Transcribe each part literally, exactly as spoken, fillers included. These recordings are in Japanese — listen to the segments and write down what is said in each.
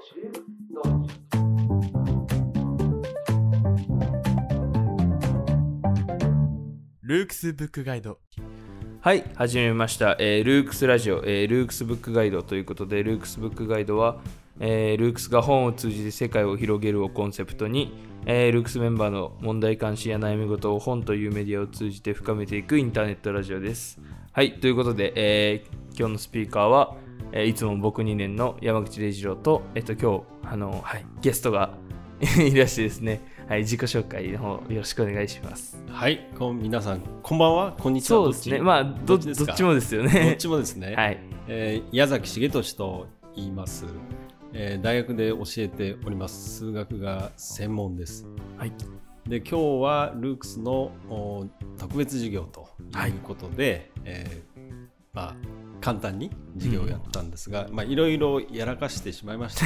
ルークスブックガイド。 はい、始めました、えー、ルークスラジオ、えー、ルークスブックガイドということで、ルークスブックガイドは、えー、ルークスが本を通じて世界を広げるをコンセプトに、えー、ルークスメンバーの問題関心や悩み事を本というメディアを通じて深めていくインターネットラジオです。はい、ということで、えー、今日のスピーカーは、えー、いつも僕にねんの山口礼二郎と、えっと、今日あの、はい、ゲストがいらしてですね、はい、自己紹介の方よろしくお願いします。 はい、こん皆さんこんばんは、こんにちは。 そうですね、まあ ど, ど, どっちもですよね。 どっちもですね。はい、えー、矢崎重俊と言います。えー、大学で教えております。数学が専門です。はい。で、今日はルークスの特別授業ということで、はい、えー、まあ簡単に授業をやったんですが、うん、まあいろいろやらかしてしまいました。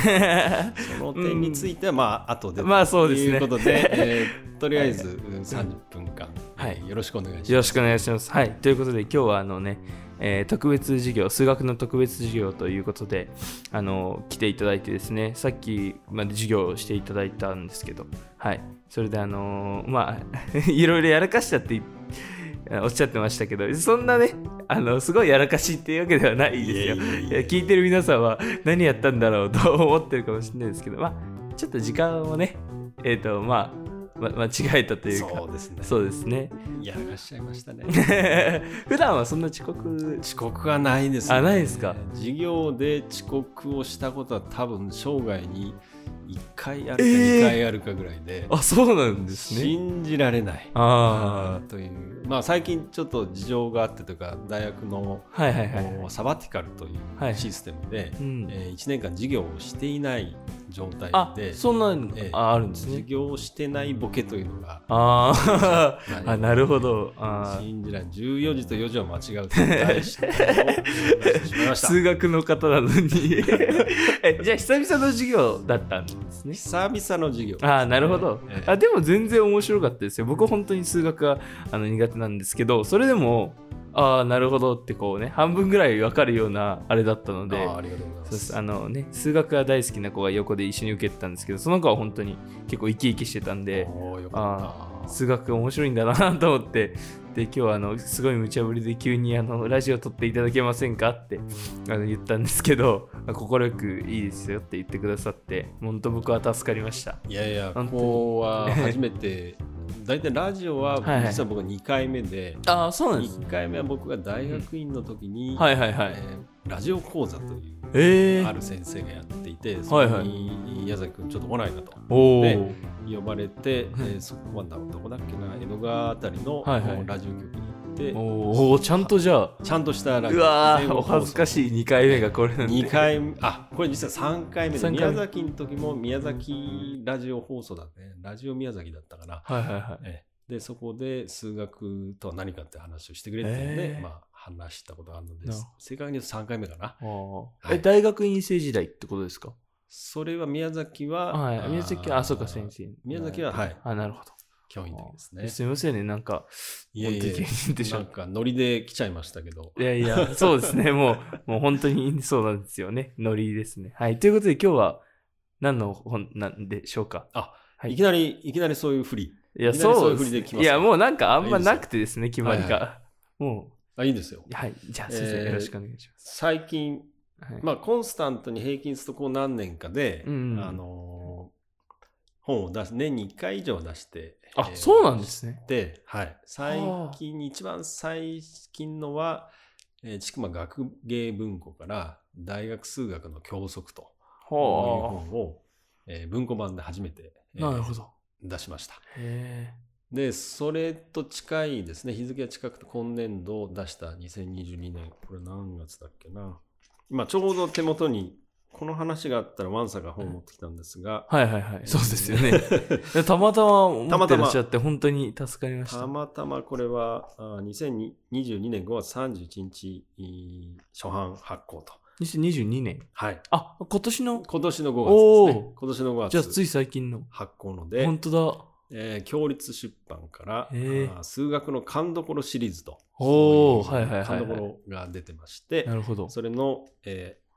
その点についてはまあ後でということで、えー、とりあえずさんじゅっぷんかん、はい、よろしくお願いします。 よろしくお願いします。はい、ということで今日はあのね、えー、特別授業、数学の特別授業ということであの来ていただいてですね、さっきまで授業をしていただいたんですけど、はい、それであのー、まあいろいろやらかしちゃっておっしゃってましたけど、そんなね、あのすごいやらかしっていうわけではないですよ。いやいやいやいや、聞いてる皆さんは何やったんだろうと思ってるかもしれないですけど、まあちょっと時間をね、えっとまあ、ま、間違えたというか、 そうですね。 そうですね。 やらかしちゃいましたね。 普段はそんな遅刻遅刻はないですね。 あ、ないですか。 授業で遅刻をしたことは多分生涯にいっかいあるかにかいあるかぐらいで、えー、 あ、そうなんですね。 信じられない。ああという、まあ最近ちょっと事情があってというか、大学の、はいはいはいはい、サバティカルというシステムで、はい、うん、えー、いちねんかん授業をしていない状態で、 あ、そんなの、えー、あ、あるんですね。 授業をしてないボケというのが、 ああ、なるほど。あ、 信じられない。じゅうよじとよじを間違うという大失態をしてしまいました。 数学の方なのにえ、じゃあ久々の授業だったんですね。 久々の授業ですね。 ああ、なるほど、えー、あ、でも全然面白かったですよ。僕本当に数学があの苦手なんですけど、それでもああ、なるほどってこうね、半分ぐらい分かるようなあれだったので、 あ、ありがとうございます。そうです。 あのね、数学が大好きな子が横で一緒に受けてたんですけど、その子は本当に結構生き生きしてたんで、ああ、数学面白いんだなと思って、で今日はあのすごい無茶ぶりで急にあのラジオ撮っていただけませんかってあの言ったんですけど、快くいいですよって言ってくださって、本当僕は助かりました。 いやいや、ここは初めてだいたいラジオは実は僕はにかいめで、 はいはい、あ、そうなんです。 いっかいめは僕が大学院の時に、 はいはいはい、 えー、ラジオ講座という、 えー、 ある先生がやっていて、そこに矢崎君ちょっと来ないかと、で呼ばれて、えー、そこはどこだっけな、江戸川あたりの、はいはい、ラジオ局に行って、 おお、ちゃんとじゃあちゃんとしたラジオ、 うわー、お恥ずかしいにかいめがこれなんで、 にかいめ、あ、これ実はさんかいめで、宮崎の時も宮崎ラジオ放送だね、ラジオ宮崎だったかな、 はいはいはい、 えー、でそこで数学とは何かって話をしてくれてるので、えー、まあ話したことがあるので、正確に言うとさんかいめかな。 はい、え、大学院生時代ってことですか？ それは宮崎は、 はい、宮崎は、あ、そうか、先生。 宮崎は、はい。 あ、なるほど。 教員的ですね。 すみませんね、なんか、 いやいや、なんかノリで来ちゃいましたけど。 いやいや、そうですね、もう、もう本当にそうなんですよね。ノリですね。はい、ということで今日は何の本なんでしょうか？ あ、はい、いきなり、いきなりそういう振り。 いや、そうですね。いや、もうなんかあんまなくてですね、決まりが。はいはい、もう。 あ、いいですよ。 はい、じゃあ先生、えー、よろしくお願いします。 最近、はい、まあコンスタントに平均するとこう何年かで、うんうん、あのー、本を出す、年にいっかい以上出して、 あ、えー、そうなんですね。 で、はい、最近一番最近のは、えー、千曲学芸文庫から大学数学の教則という本を、えー、文庫版で初めて、 えー、なるほど、 出しました。 へーで、それと近いですね、日付が近くて今年度出したにせんにじゅうにねん、これ何月だっけな。今ちょうど手元にこの話があったらワンサが本を持ってきたんですが、 はいはいはい、そうですよね。たまたま持ってらっしゃって本当に助かりました。 たまたまこれはにせんにじゅうにねんごがつさんじゅういちにち初版発行と。 にせんにじゅうにねん。 はい。 あ、今年の今年のごがつですね。今年のごがつ。 じゃあつい最近の発行ので。 本当だ。 えー、共立出版からあ数学の勘どころシリーズと、 おー、はいはいはい、はい、 勘どころが出てまして、 なるほど。 それの、えー、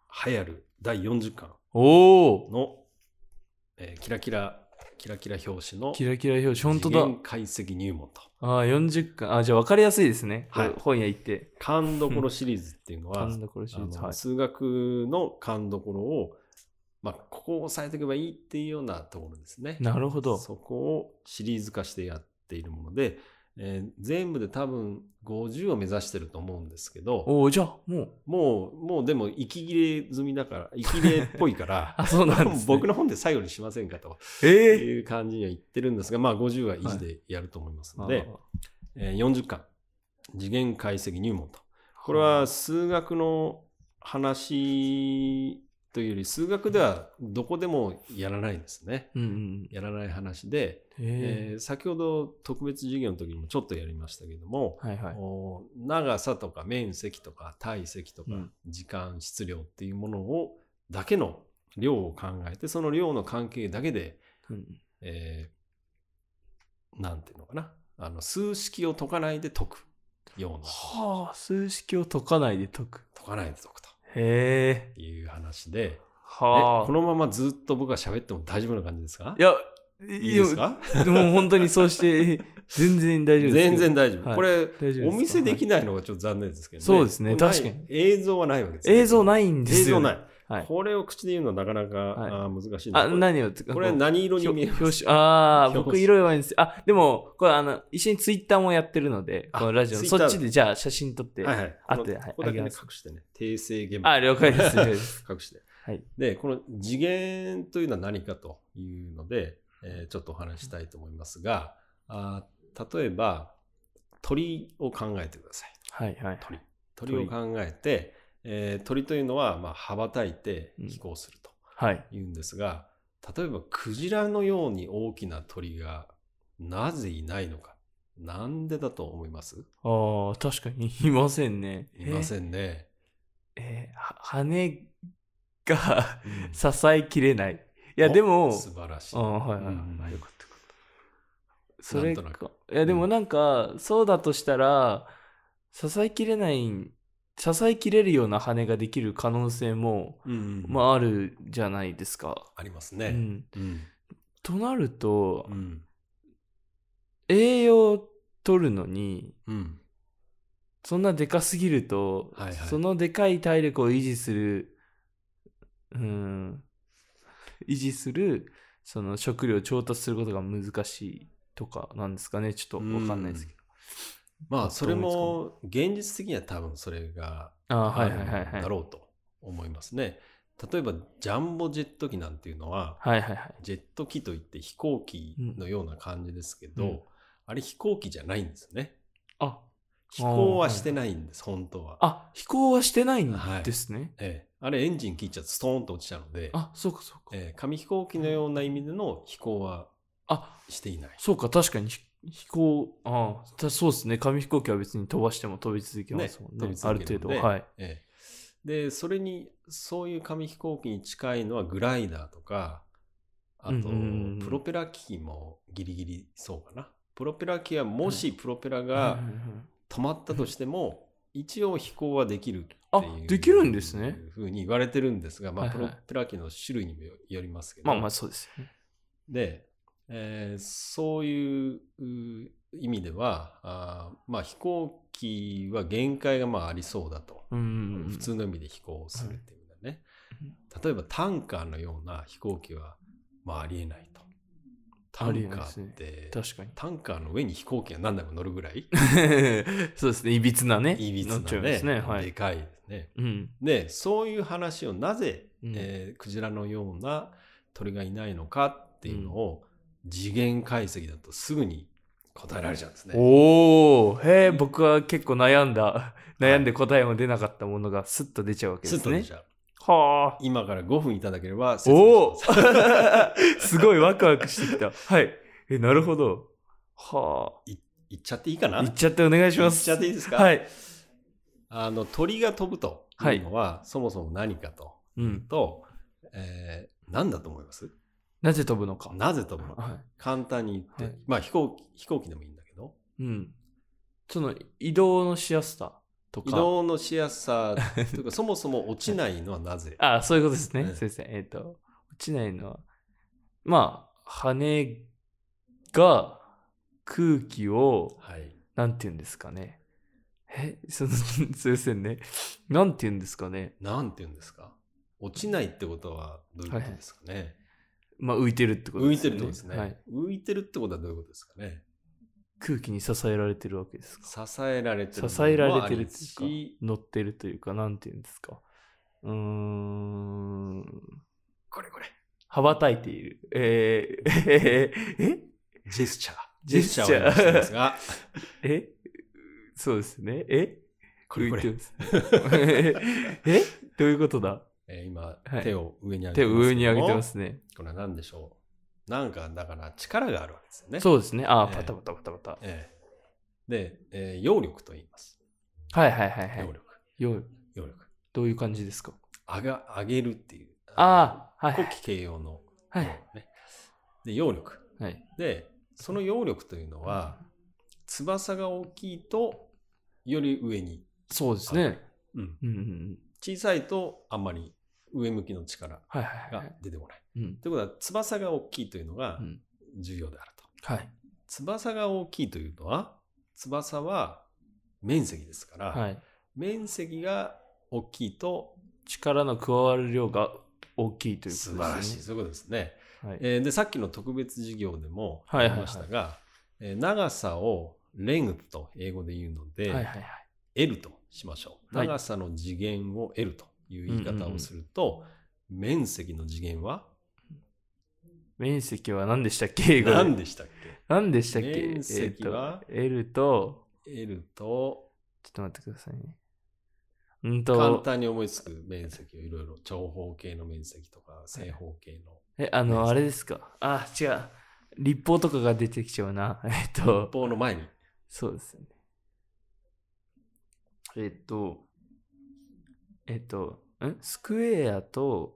流行るだいよんじゅっかんおおの、えーキラキラキラキラ表紙のキラキラ表紙、本当次だ。 元解析入門と。 ああ、よんじゅっかん。あ、じゃあ分かりやすいですね。 はいこれ本屋行って。 勘どころシリーズっていうのは、 勘どころシリーズはいあの数学の勘どころを、まあ、ここを押さえておけばいいっていうようなところですね。 なるほど。 そこをシリーズ化してやっているもので、えー全部で多分ごじゅうを目指してると思うんですけど、 おお、じゃあもう。 もう、もうでも息切れ済みだから、息切れっぽいからあ、そうなんですね。 僕の本で最後にしませんかとええいう感じには言ってるんですが、まあごじゅうは維持でやると思いますので、えーよんじゅっかん、次元解析入門と。これは数学の話というより、数学ではどこでもやらないんですね。 うんうん。 やらない話で、 ええー先ほど特別授業の時にもちょっとやりましたけども、 はいはい。 お長さとか面積とか体積とかうん時間質量っていうものをだけの量を考えて、その量の関係だけで、 うんえーなんていうのかな、あの数式を解かないで解くような、 はあ、数式を解かないで解く。 解かないで解くへえ。 という話で、 はあ。 えこのままずっと僕が喋っても大丈夫な感じですか？ いや、 いいですか？ でも本当にそうして全然大丈夫です。 全然大丈夫。 はいこれ、 大丈夫ですお見せできないのがちょっと残念ですけどね。 そうですねこれない確かに映像はないわけです、 映像ないんですよ。 映像ない。 はい。 これを口で言うのはなかなか、 はいあー難しいんあ、 これ何をこれ何色に見えます表紙、ああ、 表紙僕色弱いんですよ。あ、でも、これあの、一緒にツイッターもやってるので、 あこのラジオの、 ツイッターそっちでじゃあ写真撮って、 はいはい。 あとで、 このはいここだけねあげます隠してね。訂正現場。 あ、了解です。了解です隠して。 はい。 で、この次元というのは何かというので、えーちょっとお話ししたいと思いますが、あー例えば、鳥を考えてください。 はいはい。 鳥。鳥を考えて、えー鳥というのは、まあ、羽ばたいて飛行するとはい。 いうんですが、例えばクジラのように大きな鳥がなぜいないのか。なんでだと思います？ ああ、確かにいませんね。 いませんね。 えー、は羽がうん支えきれない。いや、でも、 お素晴らしい。 ああ、はいはいはい。 うんあよかったよかった。それなんとなくか。いや、でもなんか、そうだとしたら、支えきれない、支えきれるような羽ができる可能性も、 うんまあ、あるじゃないですか。 ありますね。 うん。 うんとなると、 うん栄養取るのに、 うんそんなでかすぎると、 はいはいそのでかい体力を維持する、うん、維持する、その食料を調達することが難しいとかなんですかね。ちょっとわかんないですけど。 まあそれも現実的には多分それがああ、はあるんいはいはいはい。 だろうと思いますね。例えばジャンボジェット機なんていうのは、 はいはいはい。 ジェット機といって飛行機のような感じですけど、 うんあれ飛行機じゃないんですね。 あ、 飛行はしてないんです、本当は。 あ、飛行はしてないんですね。 ええ、あれエンジン切っちゃってストーンと落ちちゃうので、 あ、そうかそうか。 ええ、紙飛行機のような意味での飛行はあ、 していない。 そうか、確かにひ飛行、ああ、たそうですね。紙飛行機は別に飛ばしても飛び続けますもんね。 飛びある程度。 続けるのではい。 ええ、でそれにそういう紙飛行機に近いのはグライダーとか、あと、 うんうんうんプロペラ機もギリギリそうかな。プロペラ機はもしプロペラはいがはいはい止まったとしても、一応飛行はできるってあいうできるんですねふうに言われてるんですが、まあ、 はいはいプロペラ機の種類にもよりますけど、 まあまあそうですよね。 で、えーそういうう意味ではあー、まあ、飛行機は限界がまあありそうだと、 うんうんうん。 普通の意味で飛行するっていう意味だね、 うん例えばタンカーのような飛行機は、まあ、ありえないと。タありえンカないですねーって、 確かに。 タンカーの上に飛行機が何台も乗るぐらいそうですね。いびつなね。 いびつな乗っちゃいまねすね。はい。 でかいですね。 うん。 でそういう話をなぜ、 うんえークジラのような鳥がいないのかっていうのを、次元解析だとすぐに答えられちゃうんですね。 おー、へえ、僕は結構悩んだ、悩んで答えも出なかったものがスッと出ちゃうわけですね。 スッと出ちゃう。 はあ。 今からごふんいただければ説明しおます。 ーすごいワクワクしてきた。はい。え、なるほど。はあ。 い言っちゃっていいかな？ 言っちゃってお願いします。 言っちゃっていいですか？ はい。 あの鳥が飛ぶというのは、そもそも何かとう。 いうんと、えー何だと思います？ なぜ飛ぶのか。 なぜ飛ぶのか、 はい。 簡単に言って、 はいまあ飛行機飛行機でもいいんだけど、 うん。その移動のしやすさ。 とか。 移動のしやすさというか、そもそも落ちないのはなぜあ、そういうことですね。 うんそうですね。えっ、と、落ちないのは、まあ、羽が空気を、 はい。 なんて言うんですかね。え、その、そうですね。なんて言うんですかね。 なんて言うんですか？落ちないってことはどういうことですかね？ まあ、浮いてるってこと浮いですよね。 てるってことですね、 はい。 浮いてるってことはどういうことですかね？ 空気に支えられてるわけですか。 支えられてる支えられてるるっていうし、 か、乗ってるというか、なんて言うんですか。うーん。 これこれ。 羽ばたいている。えー、ええジェスチャー。 ジェスチャージェスチャーを今してますが。 えそうですね。えこれこれ。 浮いてますねえどういうことだ、 えー今、 はい手を上に上げ手をてますけども。 上に上げてますね。 これは何でしょう。なんか、だから力があるわけですよね。 そうですね。ああ、 ええパタパタパタパタ。 ええで、えー揚力と言います。 はいはいはいはい。 揚力。 よ揚力。 どういう感じですか？ 上が、上げるっていう。 ああ、はいはい。 古希形容の。 はいね。で、揚力。 はい。 で、その揚力というのは、翼が大きいと、より上に。 そうですね。 うん。 うんうんうん。 小さいと、あんまり上向きの力はいはいはがい。 出てこない。 うん。 ということは、翼が大きいというのがうん重要であると。 はい。 翼が大きいというのは、翼は面積ですから、 はい。 面積が大きいと、 力の加わる量が大きいということですね。 素晴らしい。そういうことですね。 はい。 えーで、さっきの特別授業でもありはいはいはいましたが、えー長さをレングと英語で言うので、 はいはいはい。 L としましょう。 はい長さの次元を L という言い方をすると、面積の次元は面積は何でしたっけ？英語で何でしたっけ？ 何でしたっけ？ 面積はえーと L と、 L と、 ちょっと待ってくださいね。うん簡と、 単に思いつく面積をいろいろ、長方形の面積とか、正方形の。 え、あの、あれですか。あ、違う。立方とかが出てきちゃうな。えっと、 立方の前に。 そうですね。えっと、えっと、んスクエアと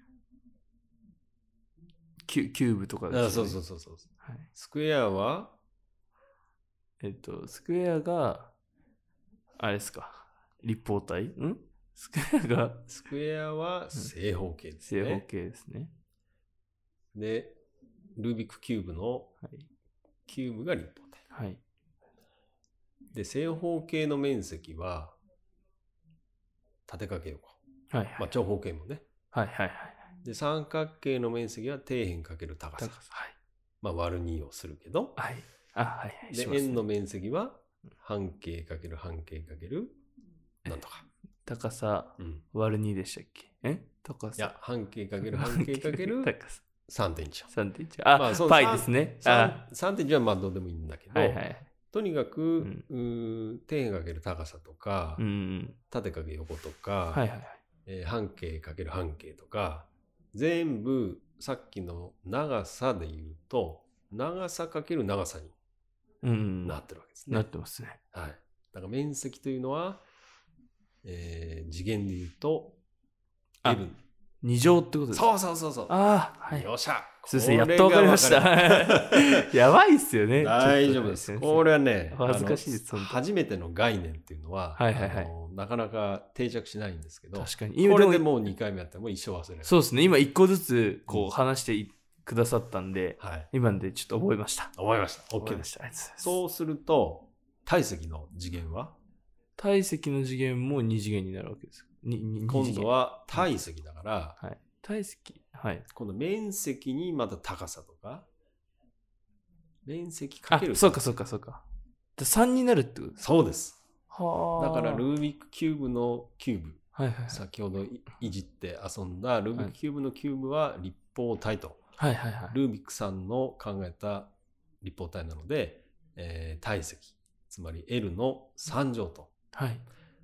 キュキューブとかですよね。 あそうそうそうそう。 はい。 スクエアはえっと、スクエアが、あれですか。立方体んスクエアがスクエアは正方形ですね。 正方形ですね。 で、ルービックキューブのはい。 キューブが立方体。 はい。 で、正方形の面積は縦掛け横。 はい。はいまあ、長方形もね。 はいはいはい。 で、三角形の面積は底辺かける高さ。 高さ。はい。 まあ、割るにをするけど。 はい。あ、はいはい。 で、 しますね円の面積は半径かける半径かけるなんとか。 高さうん。 割るにでしたっけ？え高さ。 いや、半径かける半径かける高さ。 さんてんいち。 さんてんいち。あ、 まあそのパイですね。あ、 さんてんいちはまあどうでもいいんだけど、 はいはい。 とにかく、 んうー底辺かける高さとか、 うんうん。 縦かけ横とか、 はいはいはい。 えー半径かける半径とか、全部さっきの長さで言うと、長さかける長さにうんうん。 なってるわけですね。 なってますね。 はい。だから面積というのは、えー次元で言うと、 あ L。 二乗ってことですか？ そうそうそうそう。 ああ、はい。 よっしゃ。 すいません、やっとわかりました。 これがわかるやばいっすよね。 大丈夫です。これはね、 恥ずかしいですあの初めての概念っていうのは、 はいはいはいあのなかなか定着しないんですけど、 確かに。 これでもうにかいめやったらもう一生忘れない。 そうですね。今一個ずつこうんう話してくださったんで、 はい。 今のでちょっと覚えました。 覚えました。 覚 OK えまし。 ですた。ありがとうございます。 そうすると、体積の次元は体積の次元も二次元になるわけです。にに二次元今度は体積だから、 はい。体積。はい。 今度面積にまた高さとか、面積かあける。、 そうかそうかそうか。でさんになるってことですか？ そうです。 はあ。 だからルービックキューブのキューブ、 はいはいはい。 先ほどいいじって遊んだルービックキューブのキューブは立方体と、 はいはいはい。 ルービックさんの考えた立方体なので、えー体積、つまり L のさん乗と。 はい。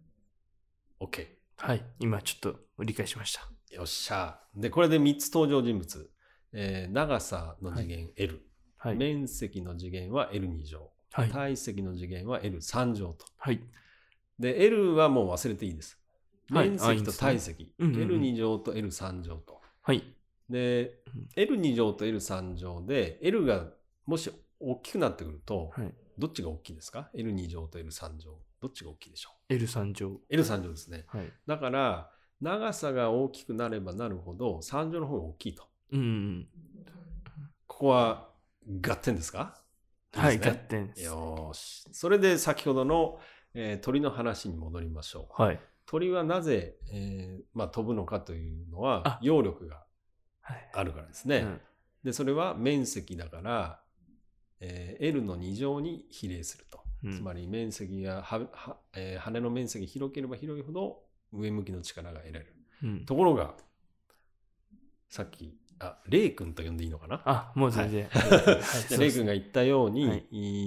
OK。 はい。今ちょっと理解しました。 よっしゃ。で、これでみっつ登場人物。えー長さの次元 L、 はい。 面積の次元は エルに 乗。 はい。 体積の次元は エルさん 乗と。 はい。 で、L はもう忘れていいです。 はい面積と体積。 あいいんですねうんうんうんエルに 乗と エルさん 乗と。 はい。 でうん、 エルに 乗と エルさん 乗で、L がもし大きくなってくると、 はい。 どっちが大きいですか？ エルに 乗と エルさん 乗。 どっちが大きいでしょう エルさん 乗。 エルさん 乗ですね。 はい。 だから長さが大きくなればなるほどさん乗の方が大きいと。 うん、うん。 ここは合点ですか？いいですね、 はい、合点です。 よし。それで先ほどの、えー、鳥の話に戻りましょう。 はい。 鳥はなぜ、えーまあ、飛ぶのかというのは揚力があるからですね。はい、うん、でそれは面積だから、えー、L のに乗に比例すると。うん、つまり面積がはは、えー、羽の面積が広ければ広いほど上向きの力が得られる。うん、ところがさっきあレイ君と呼んでいいのかな。 あ、もう全然。 はい、レイ君が言ったように、はい、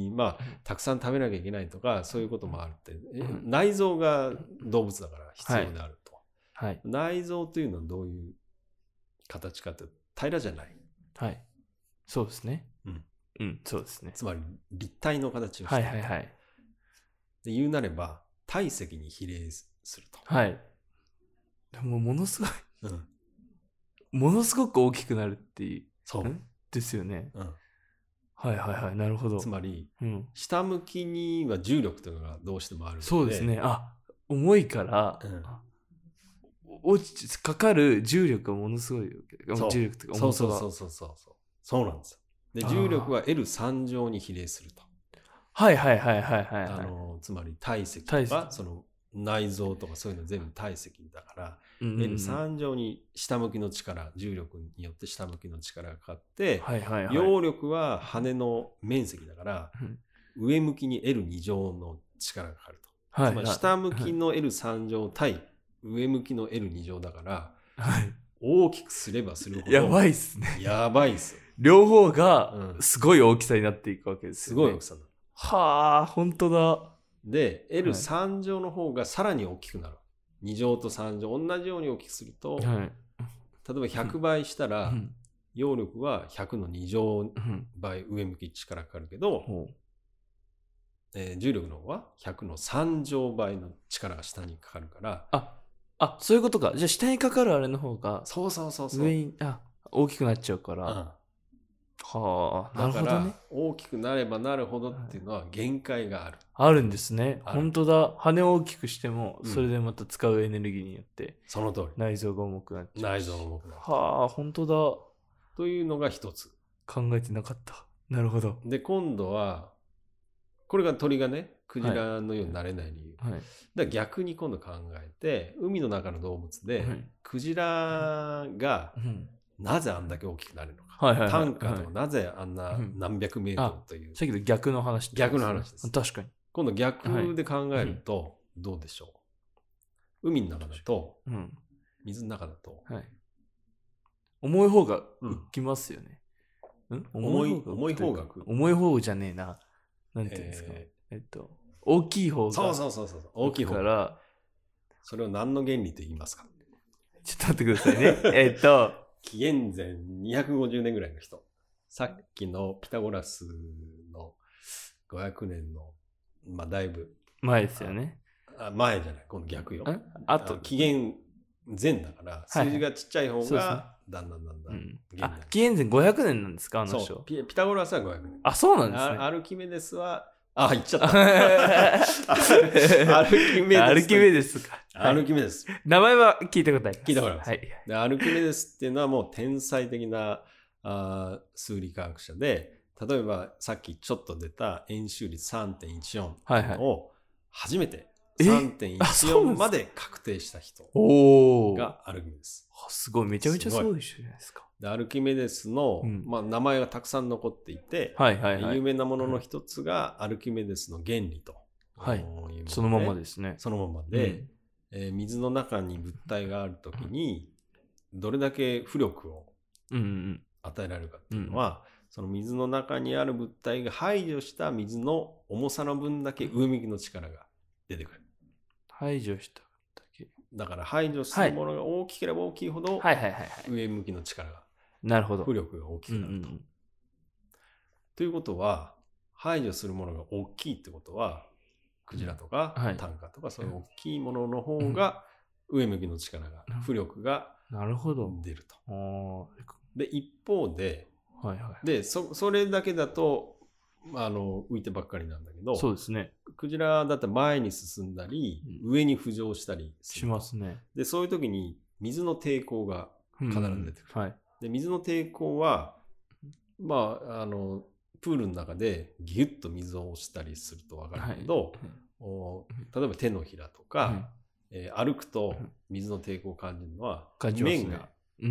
まあたくさん食べなきゃいけないとかそういうこともあるって、うん、内臓が動物だから必要であると、はいはい、内臓というのはどういう形かって平らじゃない。 はい。そうですね。うん、うん、そうですね。 つまり立体の形をしている。はいはいはい。で言うなれば体積に比例すると。 はい。でもものすごい。うんものすごく大きくなるっていう。そうですよね。うん、はいはいはい。なるほど。 つまり、うん、下向きには重力というのがどうしてもあるので。 そうですね。あ、重いから、うん、落ちかかる重力がものすごい。重力というか重さが。 そうそうそうそうそう。そうなんですよ。で、重力は エルさん 乗に比例すると。 はいはいはいはいはい、はい。 あの、つまり体積とか、その内臓とかそういうの全部体積だから、うんうん、エルさん 乗に下向きの力、重力によって下向きの力がかかって、はいはいはい、揚力は羽の面積だから、うん、上向きに エルに 乗の力がかかると。はい、つまり下向きの エルさん 乗対上向きの エルに 乗だから、はい、大きくすればするほどやばいっすね。 やばいっすよ。 両方がすごい大きさになっていくわけですよね。 すごい大きさだ。 はあ、本当だ。 で、エルさん 乗の方がさらに大きくなる。に乗とさん乗、同じように大きくすると、はい、例えばひゃくばいしたら、うん、揚力はひゃくのに乗倍上向き力かかるけど、うんえー、重力の方はひゃくのさん乗倍の力が下にかかるから。 あ、あ、そういうことか。じゃあ下にかかるあれの方が、 そうそうそうそう。 上に、あ、大きくなっちゃうから。うんはあ、なるほどね。だから大きくなればなるほどっていうのは限界がある。 あるんですね。本当だ。羽を大きくしても、それでまた使うエネルギーによって、うん、 その通り。 内臓が重くなっちゃう。 内臓が重くなる。 はあ、本当だ。 というのが一つ。 考えてなかった。なるほど。 で、今度は、これが鳥がね、クジラのようになれない理由。はいはい、だから逆に今度考えて、海の中の動物で、はい、クジラが、うんなぜあんだけ大きくなるのか。はいはいはい、単価とかなぜあんな何百メートルという。 さっきの逆の話、 ね、逆の話です。 確かに。 今度逆で考えるとどうでしょう。はい、海の中だと、うん、水の中だと、はい、 重い方が浮きますよね。 うん、重い重い方が浮く。 重い方じゃねえな。なんていうんですか。えー、えっと大きい方が。 そうそうそうそう。大きい方からそれを何の原理と言いますか。 ちょっと待ってくださいね。えっと。 紀元前にひゃくごじゅうねんぐらいの人。さっきのピタゴラスのごひゃくねんの、まあだいぶ。 前ですよね。 あ前じゃない、今度逆よ。あと紀元前だから、数字がちっちゃい方がだんだんだんだん、 うん、あ、紀元前ごひゃくねんなんですかあの人。 そうピ。ピタゴラスはごひゃくねん。 あ、そうなんですね。 アルキメデスは、あ、言っちゃった。アルキメデス。 アルキメデスか。 アルキメデス。 名前は聞いたことあります。 聞いたことあります。はい、でアルキメデスっていうのはもう天才的なあ数理科学者で、例えばさっきちょっと出た円周率 さんてんいちよん を初めて さんてんいちよん まで確定した人がアルキメデス。 すごい、めちゃめちゃすごい人じゃないですか。 でアルキメデスの、うんまあ、名前がたくさん残っていて、はいはいはい、有名なものの一つがアルキメデスの原理と、 はい、そのままですね。 そのままで、うんえー、水の中に物体があるときにどれだけ浮力を与えられるかっていうのは、うんうん、その水の中にある物体が排除した水の重さの分だけ上向きの力が出てくる。 排除しただけ。 だから排除するものが大きければ大きいほど上向きの力が、 なるほど。 浮力が大きくなると。うんうん、ということは排除するものが大きいってことはクジラとかタンカとかそういう大きいものの方が上向きの力が、浮力が出ると。で一方で、はいはい、で そ, それだけだとあの浮いてばっかりなんだけど、 そうですね。 クジラだったら前に進んだり、うん、上に浮上したりするしますね。 でそういう時に水の抵抗が必ず出てくる、 うんはい、で水の抵抗はまああのプールの中でギュッと水を押したりすると分かるけど、はいお例えば手のひらとか、はいえー、歩くと水の抵抗を感じるのは、 ね、 面が、 うん、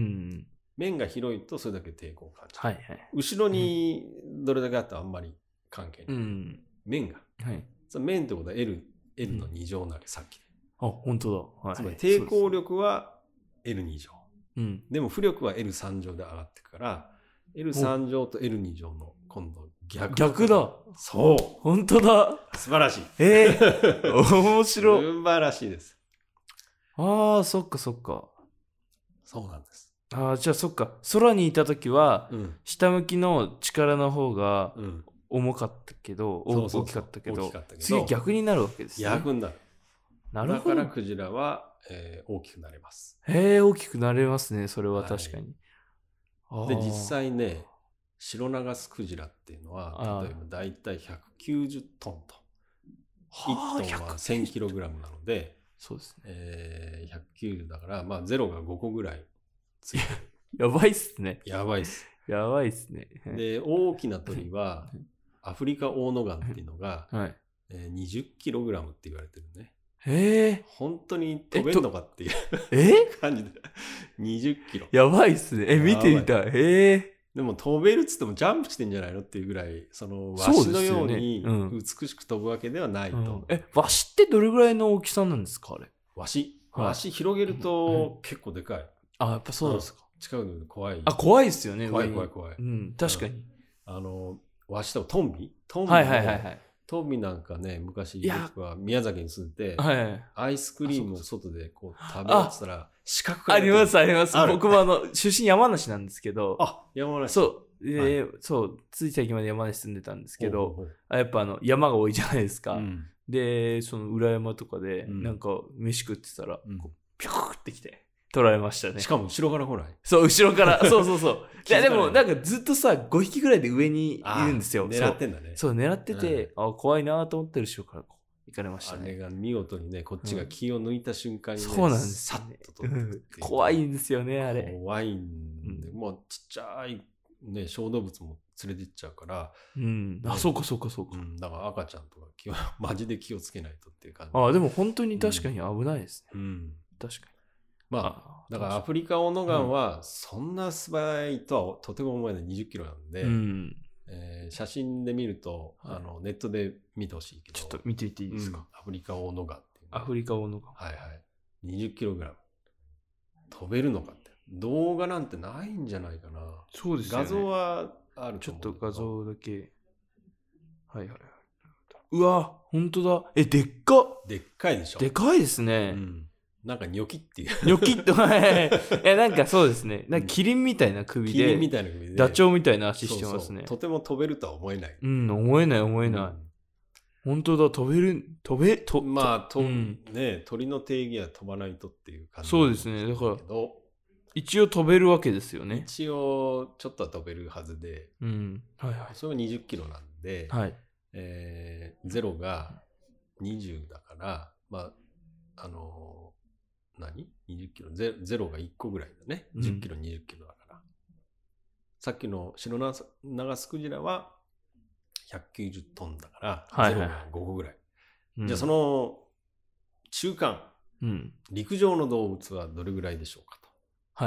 面が広いとそれだけ抵抗を感じる、 はいはい、 後ろにどれだけあったらあんまり関係ない、うん、面が、 はい、 その面ってことは L, L のに乗なわけ、うん、さっきであ本当だ、はい、 つまり抵抗力は エルに乗、 うん、 でも浮力は エルさん乗で上がっていくから、エルさん乗と エルに乗の今度逆逆だ。 そう本当だ。 素晴らしい。 えー、面白い。 素晴らしいです。 ああ、そっかそっか。 そうなんです。 ああ、じゃあそっか。空にいたときは、うん、下向きの力の方が重かったけど、うん、大きかったけど、次逆になるわけですね。 逆になる。 なるほど。 だからクジラは、えー、大きくなれます。 へえ、大きくなれますね。それは確かに。 はい、で、実際ね、シロナガスクジラっていうのは、例えばだいたいひゃくきゅうじゅうトンと。いちトンはせんキログラムなので、 そうですね。 えー、ひゃくきゅうじゅうだから、まあゼロがごこぐらいついてる。 やばいっすね。 やばいっす。 やばいっすね。 で、大きな鳥は、アフリカオオノガンっていうのが、はいえー、にじゅっキログラムって言われてるね。 へえ。 本当に飛べんのかっていうえ感じで。にじゅっキロ。 やばいっすね。え、見てみたい。へえ。 でも飛べるっつってもジャンプしてんじゃないのっていうぐらい、そのワシのように美しく飛ぶわけではないと。うんうん、 え、ワシってどれぐらいの大きさなんですかあれ。 ワシ、はい、ワシ広げると結構でかい。 あ、やっぱそうですか。 近くで怖い。 あ、怖いっすよね。 怖い怖い怖い。 うん、確かに。 あの、ワシとトンビトンビはいはいはいはい。 トンビなんかね、昔僕は宮崎に住んで、 はい、 アイスクリームを外でこう食べようとしたら、四角くありますあります。僕もあの、出身山梨なんですけど。 あ、山梨。 そう。で、はい、そう、つい最近まで山梨住んでたんですけど、おうおうやっぱあの、山が多いじゃないですか。うん、で、その裏山とかで、うん、なんか飯食ってたら、うん、こうピューってきて、取られましたね。 しかも後ろから来ない。 そう、後ろから。そうそうそう。いや、でもなんかずっとさ、ごひきぐらいで上にいるんですよ。 狙ってんだね。 そう、狙ってて、うん、あ、怖いなと思ってる後ろからこう行かれましたね。 あれが見事にね、こっちが気を抜いた瞬間にね、 うん、そうなんですよ、ね。さっと取って、 怖いんですよね、あれ。 怖いんで、うん、もうちっちゃい、ね、小動物も連れてっちゃうから。 うん。あ、そうかそうかそうか。 うん、だから赤ちゃんとか気を、マジで気をつけないとっていう感じ。 あ、でも本当に確かに危ないですね。 うん。うん、 確かに。 まあ、だからアフリカオオノガンはそんな素早いとはとても思えないにじゅっキロなんで、うんえー、写真で見ると、はい、あのネットで見てほしいけど、 ちょっと見ていっていいですか、うん、 アフリカオオノガンっていう、ね、 アフリカオオノガンはいはいにじゅっキログラム飛べるのかって動画なんてないんじゃないかな。 そうですよね。 画像はあると思う。ちょっと画像だけはいはいはい。うわ本当だ。えでっかでっかいでしょ。 でかいですね。 うんなんかニョキっていう。 ニョキって、いや、なんかそうですね。なんかキリンみたいな首で、 キリンみたいな首で、 ダチョウみたいな足してますね。そうそうとても飛べるとは思えない。 うん、思えない思えない。うん、本当だ、飛べる、飛べ、と、 まあ、と、うん、ね、鳥の定義は飛ばないとっていう感じ。 そうですね。だから、一応飛べるわけですよね。 一応、ちょっとは飛べるはずで、 うん。はいはい。 それはにじゅっキロなんで、 はい。 えー、ゼロがにじゅうだから、まあ、あのー、何 ?にじゅっキロゼ。ゼロがいっこぐらいだね。じゅっキロ、にじゅっキロだから。うん、さっきのシロナガスクジラはひゃくきゅうじゅうトンだから、はいはい、ゼロがごこぐらい。うん、じゃあその中間、うん、陸上の動物はどれぐらいでしょうかと。 はい。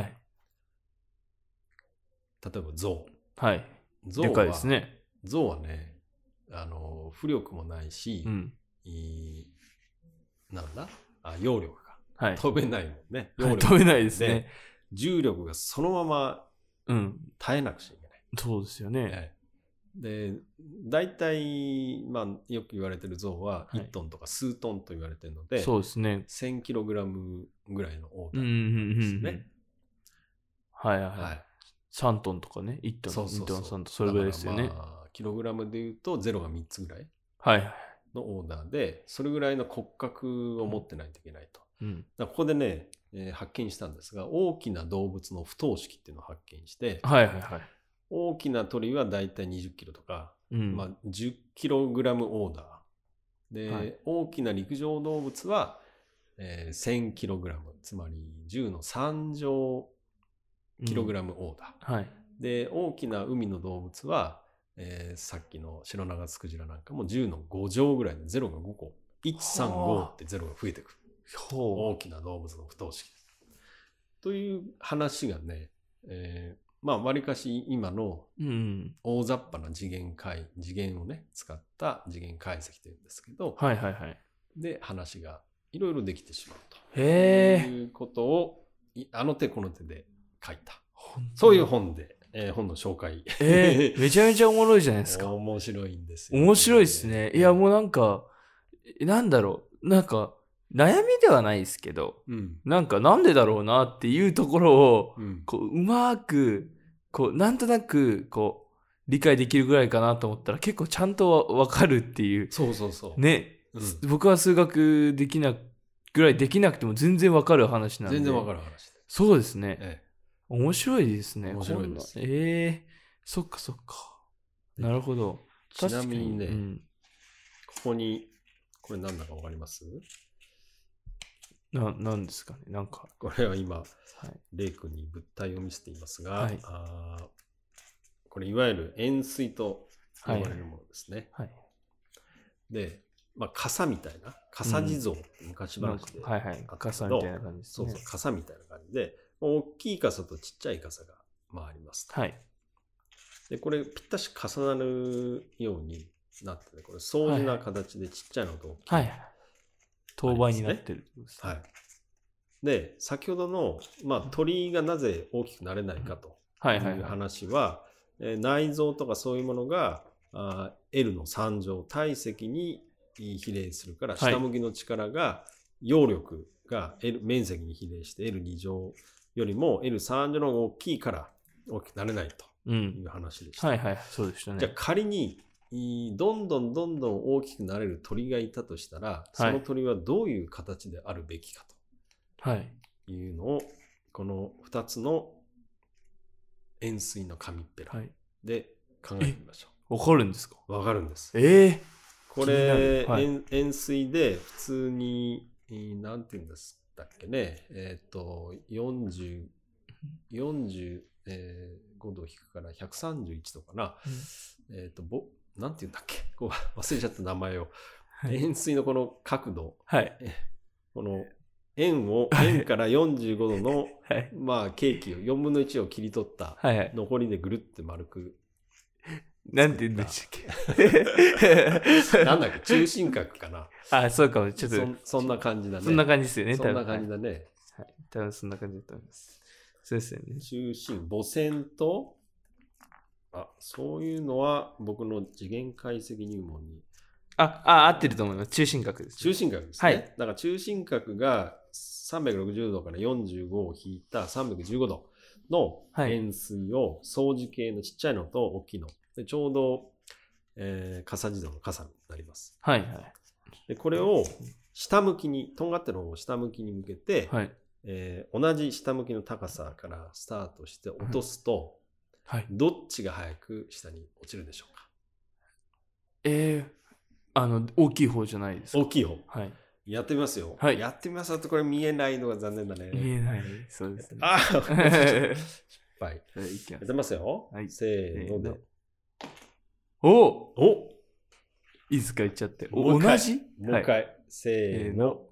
例えばゾウ。 はい。ゾウはでかいですね。 ゾウはね、あの、浮力もないし、うん、いなんだあ、揚力。はい、飛べないもんね。 はい、飛べないですね。 重力がそのまま耐えなくちゃいけない。 うん、そうですよね。はい、 で、大体、まあ、よく言われてるゾウはいちトンとか数トンと言われてるので、はい、 そうですね。 せんキログラムぐらいの大きさですね。 はいはいはい。さんトンとかね。いちトン、にトン、さんトン、それぐらいですよね。 まあ、キログラムで言うとゼロがみっつぐらいのオーダーで、 はいはい、 それぐらいの骨格を持ってないといけないと。うん、ここでね、えー、発見したんですが、大きな動物の不等式っていうのを発見して、 はいはいはい、 大きな鳥はだいたいにじゅっキロとか、 うん、 まあ、じゅっキログラム オーダーで、はい、大きな陸上動物は、えー、せんキログラム、つまりじゅうのさん乗キログラム オーダー、 うん、はい、 で大きな海の動物は、えー、さっきのシロナガスクジラなんかもじゅうのご乗ぐらいでゼロがごこ、いちさんごってゼロが増えてくる。大きな動物の不等式です。という話がね、えー、まあわりかし今の大雑把な次元解、次元をね使った次元解析というんですけど、 はいはいはい、 で話がいろいろできてしまうとへいうことをあの手この手で書いた、そういう本で、えー、本の紹介、 えー、めちゃめちゃおもろいじゃないですか。 面白いんですよ、ね、 面白いですね。いやもうなんかなんだろうなんか悩みではないですけど、うん、なんかなんでだろうなっていうところを、うん、こううまくこうなんとなくこう理解できるぐらいかなと思ったら結構ちゃんとわかるっていう。 そうそうそう。 ね、うん、僕は数学できなぐらいできなくても全然わかる話なんで。 全然わかる話です。 そうですね。 ええ、 面白いですね。 面白いです。 ええー、そっかそっか。なるほど。 ちなみにね、うん、ここにこれなんだかわかります？ な、なんですかね、なんか。 これは今、はい、レイ君に物体を見せていますが、はい、あこれいわゆる円錐と呼ばれるものですね。はいはい、で、まあ、傘みたいな、傘地蔵って昔話で、うん、はいはい、 傘みたいな感じですね。 そうそう、傘みたいな感じで、大きい傘とちっちゃい傘が、まあ、ありますと。はい。で、これぴったし重なるようになってね、これ相似な形でちっちゃいのと大きいの、はいはい、 等倍になってる、 ね。はい。で、先ほどの、まあ、鳥がなぜ大きくなれないかという話は、え内臓とかそういうものがあ L のさん乗体積に比例するから、下向きの力が、揚力が L 面積に比例して エルに 乗よりも エルさん 乗の方が大きいから大きくなれないという話でした。 うん、はいはい、そうでしたね。 じゃあ仮にどんどんどんどん大きくなれる鳥がいたとしたら、その鳥はどういう形であるべきかというのを、このふたつの円錐の紙っぺらで考えてみましょう。わかるんですか？ わかるんです。 えー、 これ、はい、円, 円錐で普通に、なんていうんですだっけね、えっ、ー、と、よんじゅう、よんじゅうごど引くからひゃくさんじゅういちどかな。うん、えっ、ー、と、ぼなんていうんだっけ、こう忘れちゃった名前を。はい、円錐のこの角度、はい、この円を、円からよんじゅうごどの、はい、まあ、ケーキをよんぶんのいちを切り取った、はいはい、残りでぐるって丸く。 なんて言うんでしたっけなんだっけ、中心角かな。 あ、そうかも、ちょっとそ。そんな感じだね。 そんな感じですよね、 そんな感じだね。 はい。多分そんな感じだと思います。そうですよね。 中心、母線と、あ、そういうのは僕の次元解析入門に。 あ、あ、合ってると思います。中心角です、ね。 中心角ですね。はい。だから中心角がさんびゃくろくじゅうどからよんじゅうごを引いたさんびゃくじゅうごどの円錐を相似形のちっちゃいのと大きいの。でちょうど、えー、傘地蔵の傘になります。 はいはい。 でこれを下向きに、とんがってる方を下向きに向けて、はい、えー、同じ下向きの高さからスタートして落とすと、はい、どっちが早く下に落ちるでしょうか？ えー、あの大きい方じゃないですか？ 大きい方。 はい。 やってみますよ。 はい。 やってみますとこれ見えないのが残念だね。 見えない。そうですね。 ああ失敗。 やってますよ。はい。せーので。 おおいいですか言っちゃって。同じもう一回。はい、せーの。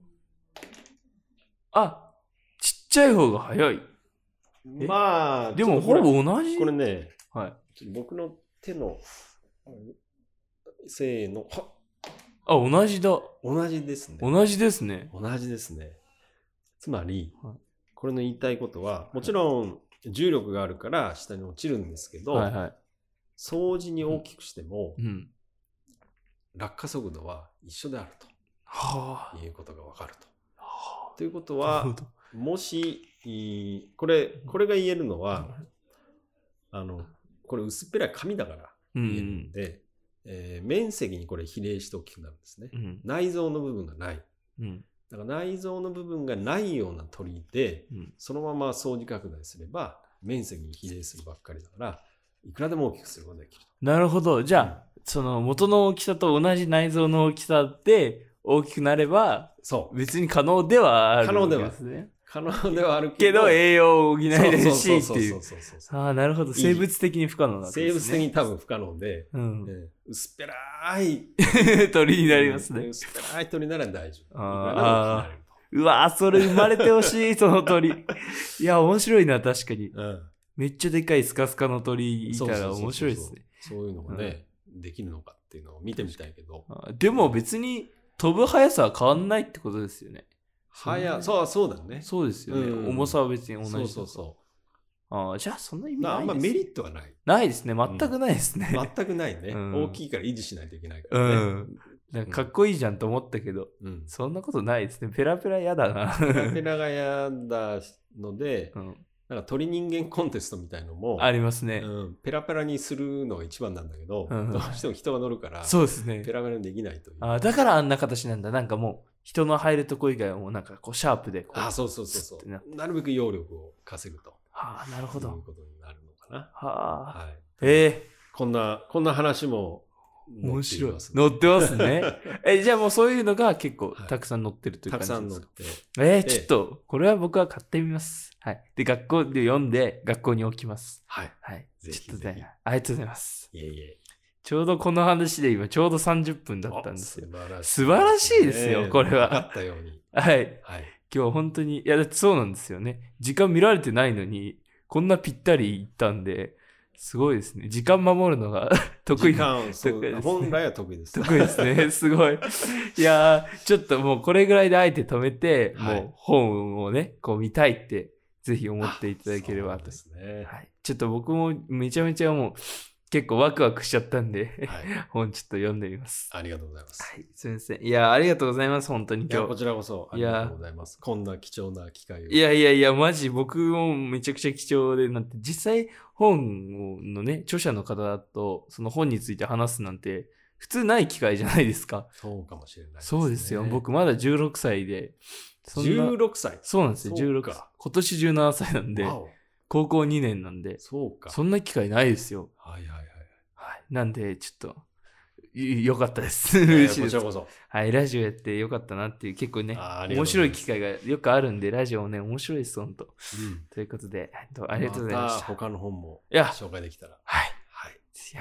あ、ちっちゃい方が早い。 まあ、 でもほぼ同じ。 これね、 はい、 僕の手の、せーの。 あ、同じだ。 同じですね。 同じですね。 同じですね。つまり、はい、これの言いたいことは、もちろん重力があるから下に落ちるんですけど、はいはい、相似に大きくしても、うん、落下速度は一緒であると、はあ、いうことがわかると。はあ、ということは、もしこれこれが言えるのは、あのこれ薄っぺらい紙だから言えるんで、うんえー、面積にこれ比例して大きくなるんですね。うん、内臓の部分がない。うん、だから内臓の部分がないような鳥で、うん、そのまま相似拡大すれば面積に比例するばっかりだからいくらでも大きくすることができる。 なるほど。じゃあ、うん、その元の大きさと同じ内臓の大きさで大きくなれば、そう別に可能ではあるわけですね。 可能ではあるけど、けど栄養を補えないしっていう。 そうそうそうそうそう。 ああ、なるほど。生物的に不可能なんですね。 生物的に多分不可能で、うんね、薄っぺらい鳥になりますね。 薄っぺらい鳥なら大丈夫。 ああ。うわー、それ生まれてほしい、その鳥。いや、面白いな、確かに。うん、めっちゃでかいスカスカの鳥いたら面白いですね。 そういうのがね、うん、できるのかっていうのを見てみたいけど。 でも別に飛ぶ速さは変わんないってことですよね。 速そう、そうだね。 そうですよね。うん、重さは別に同じ。 そうそうそう。 ああ、じゃあそんな意味ないです、ね。 あんまメリットはない。 ないですね。全くないですね。 うん、全くないね、うん。大きいから維持しないといけないからね。 うん。なんかかっこいいじゃんと思ったけど、うん、そんなことないですね。ペラペラ嫌だな。 ペラペラが嫌だので、うん、なんか鳥人間コンテストみたいのもありますね、 うん。ペラペラにするのが一番なんだけど、うん、どうしても人が乗るから、 そうですね。 ペラペラにできないという。 あ、だからあんな形なんだ。なんかもう人の入るとこ以外はもうなんかこうシャープでこう。 あ、そうそうそうそう。なるべく揚力を稼ぐと。 はあ、なるほど。 いうことになるのかな。 はあ。はい。 ええー、こんなこんな話も。 面白い。載ってますね。え、じゃあもうそういうのが結構たくさん載ってるという感じですか。 たくさん載って。 えー、ちょっと、これは僕は買ってみます。はい。で、学校で読んで、学校に置きます。 はい。 はい。 ぜひちょっとね、ありがとうございます。 いえいえ。 ちょうどこの話で今ちょうどさんじゅっぷんだったんですよ。素晴らしいですよ、これは。 分かったように。 はい。はい。今日本当に、いや、だってそうなんですよね。時間見られてないのに、こんなぴったりいったんで、すごいですね。時間守るのが得意。 時間、そう、ね、本来は得意です。 得意ですね。すごい。いやー、ちょっともうこれぐらいであえて止めて、はい、もう本をね、こう見たいって、ぜひ思っていただければと。 そうですね。 はい。ちょっと僕もめちゃめちゃもう、結構ワクワクしちゃったんで、はい、本ちょっと読んでみます。 ありがとうございます。 はい、すみません。いや、ありがとうございます、本当に今日。いや、 こちらこそありがとうございます。こんな貴重な機会を。 いやいやいや、マジ僕もめちゃくちゃ貴重で、なんて、実際本のね、著者の方だと、その本について話すなんて、普通ない機会じゃないですか。 そうかもしれないですね。 そうですよ。僕まだじゅうろくさいで。 そんなじゅうろくさいそうなんですよ。じゅうろく。今年じゅうななさいなんで、高校にねんなんで、 そうか。 そんな機会ないですよ。 はいはいはい。 はい。なんで、ちょっと、よかったです。 嬉しいです。こちらこそ。 はい、ラジオやってよかったなっていう、結構ね、面白い機会がよくあるんで、ラジオもね、面白いです、ほんと。うん、ということで、ありがとうございました。 また他の本も紹介できたら。 はい。はい。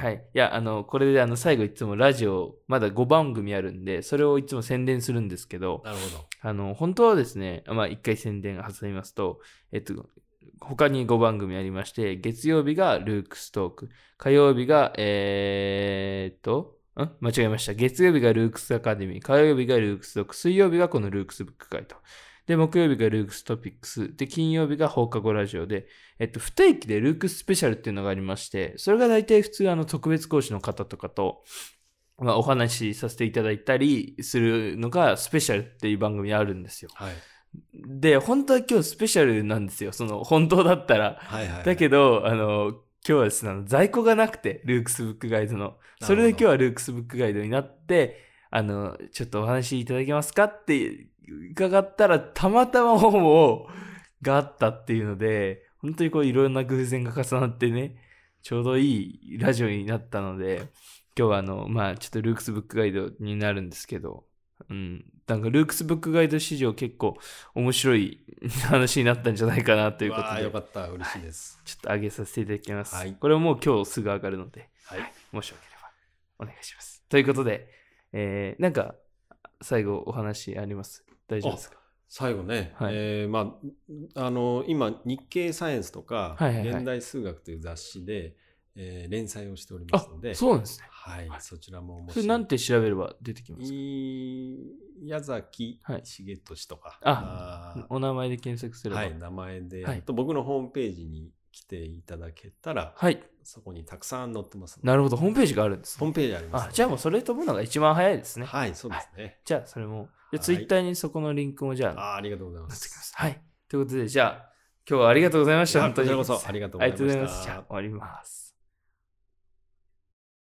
はい。いや、あの、これで、あの、最後いつもラジオ、まだごばんぐみあるんで、それをいつも宣伝するんですけど、 なるほど。 あの、本当はですね、まあ、一回宣伝挟みますと、えっと、他にごばんぐみありまして、月曜日がルークストーク、火曜日が、えー、っと、ん間違えました。月曜日がルークスアカデミー、火曜日がルークストーク、水曜日がこのルークスブック会と。で、木曜日がルークストピックス、で、金曜日が放課後ラジオで、えっと、不定期でルークススペシャルっていうのがありまして、それが大体普通あの特別講師の方とかと、まあ、お話しさせていただいたりするのがスペシャルっていう番組あるんですよ。 はい。 で、本当は今日スペシャルなんですよ。その、本当だったら。 はいはいはい、 だけど、あの、今日はですね、在庫がなくて、ルークスブックガイドの。それで今日はルークスブックガイドになって、あの、ちょっとお話いただけますかって伺ったら、たまたま本を、があったっていうので、本当にこういろんな偶然が重なってね、ちょうどいいラジオになったので、今日はあの、まあちょっとルークスブックガイドになるんですけど、うん。なんかルークスブックガイド史上結構面白い話になったんじゃないかなということで。 ああ、よかった。嬉しいです、 はい。ちょっと上げさせていただきます。はい。これはもう今日すぐ上がるので、 はい。はい、 もしよければお願いします。ということで、えー、なんか最後お話あります？大丈夫ですか？ 最後ね、はい、えー、まあ、あの、今、日経サイエンスとか、はいはいはい、現代数学という雑誌で、えー、連載をしておりますので、 そうなんですね。 はい、はい、そちらも面白い。 それなんて調べれば出てきますか？ 矢崎重俊とか、 はい、ああ、お名前で検索すれば。 はい、名前で、はい、と僕のホームページに来ていただけたら、 はい、 そこにたくさん載ってますので。 なるほど、ホームページがあるんです、ね。 ホームページあります、 ね。あ、じゃあもうそれ飛ぶのが一番早いですね。 はい、そうですね。はい、 じゃあそれも、じゃあツイッターにそこのリンクもじゃあ、 あ、ありがとうございます。 はい。ということで、じゃあ今日はありがとうございました。本当に。 こちらこそありがとうございました。 ありがとうございます。じゃあ終わります。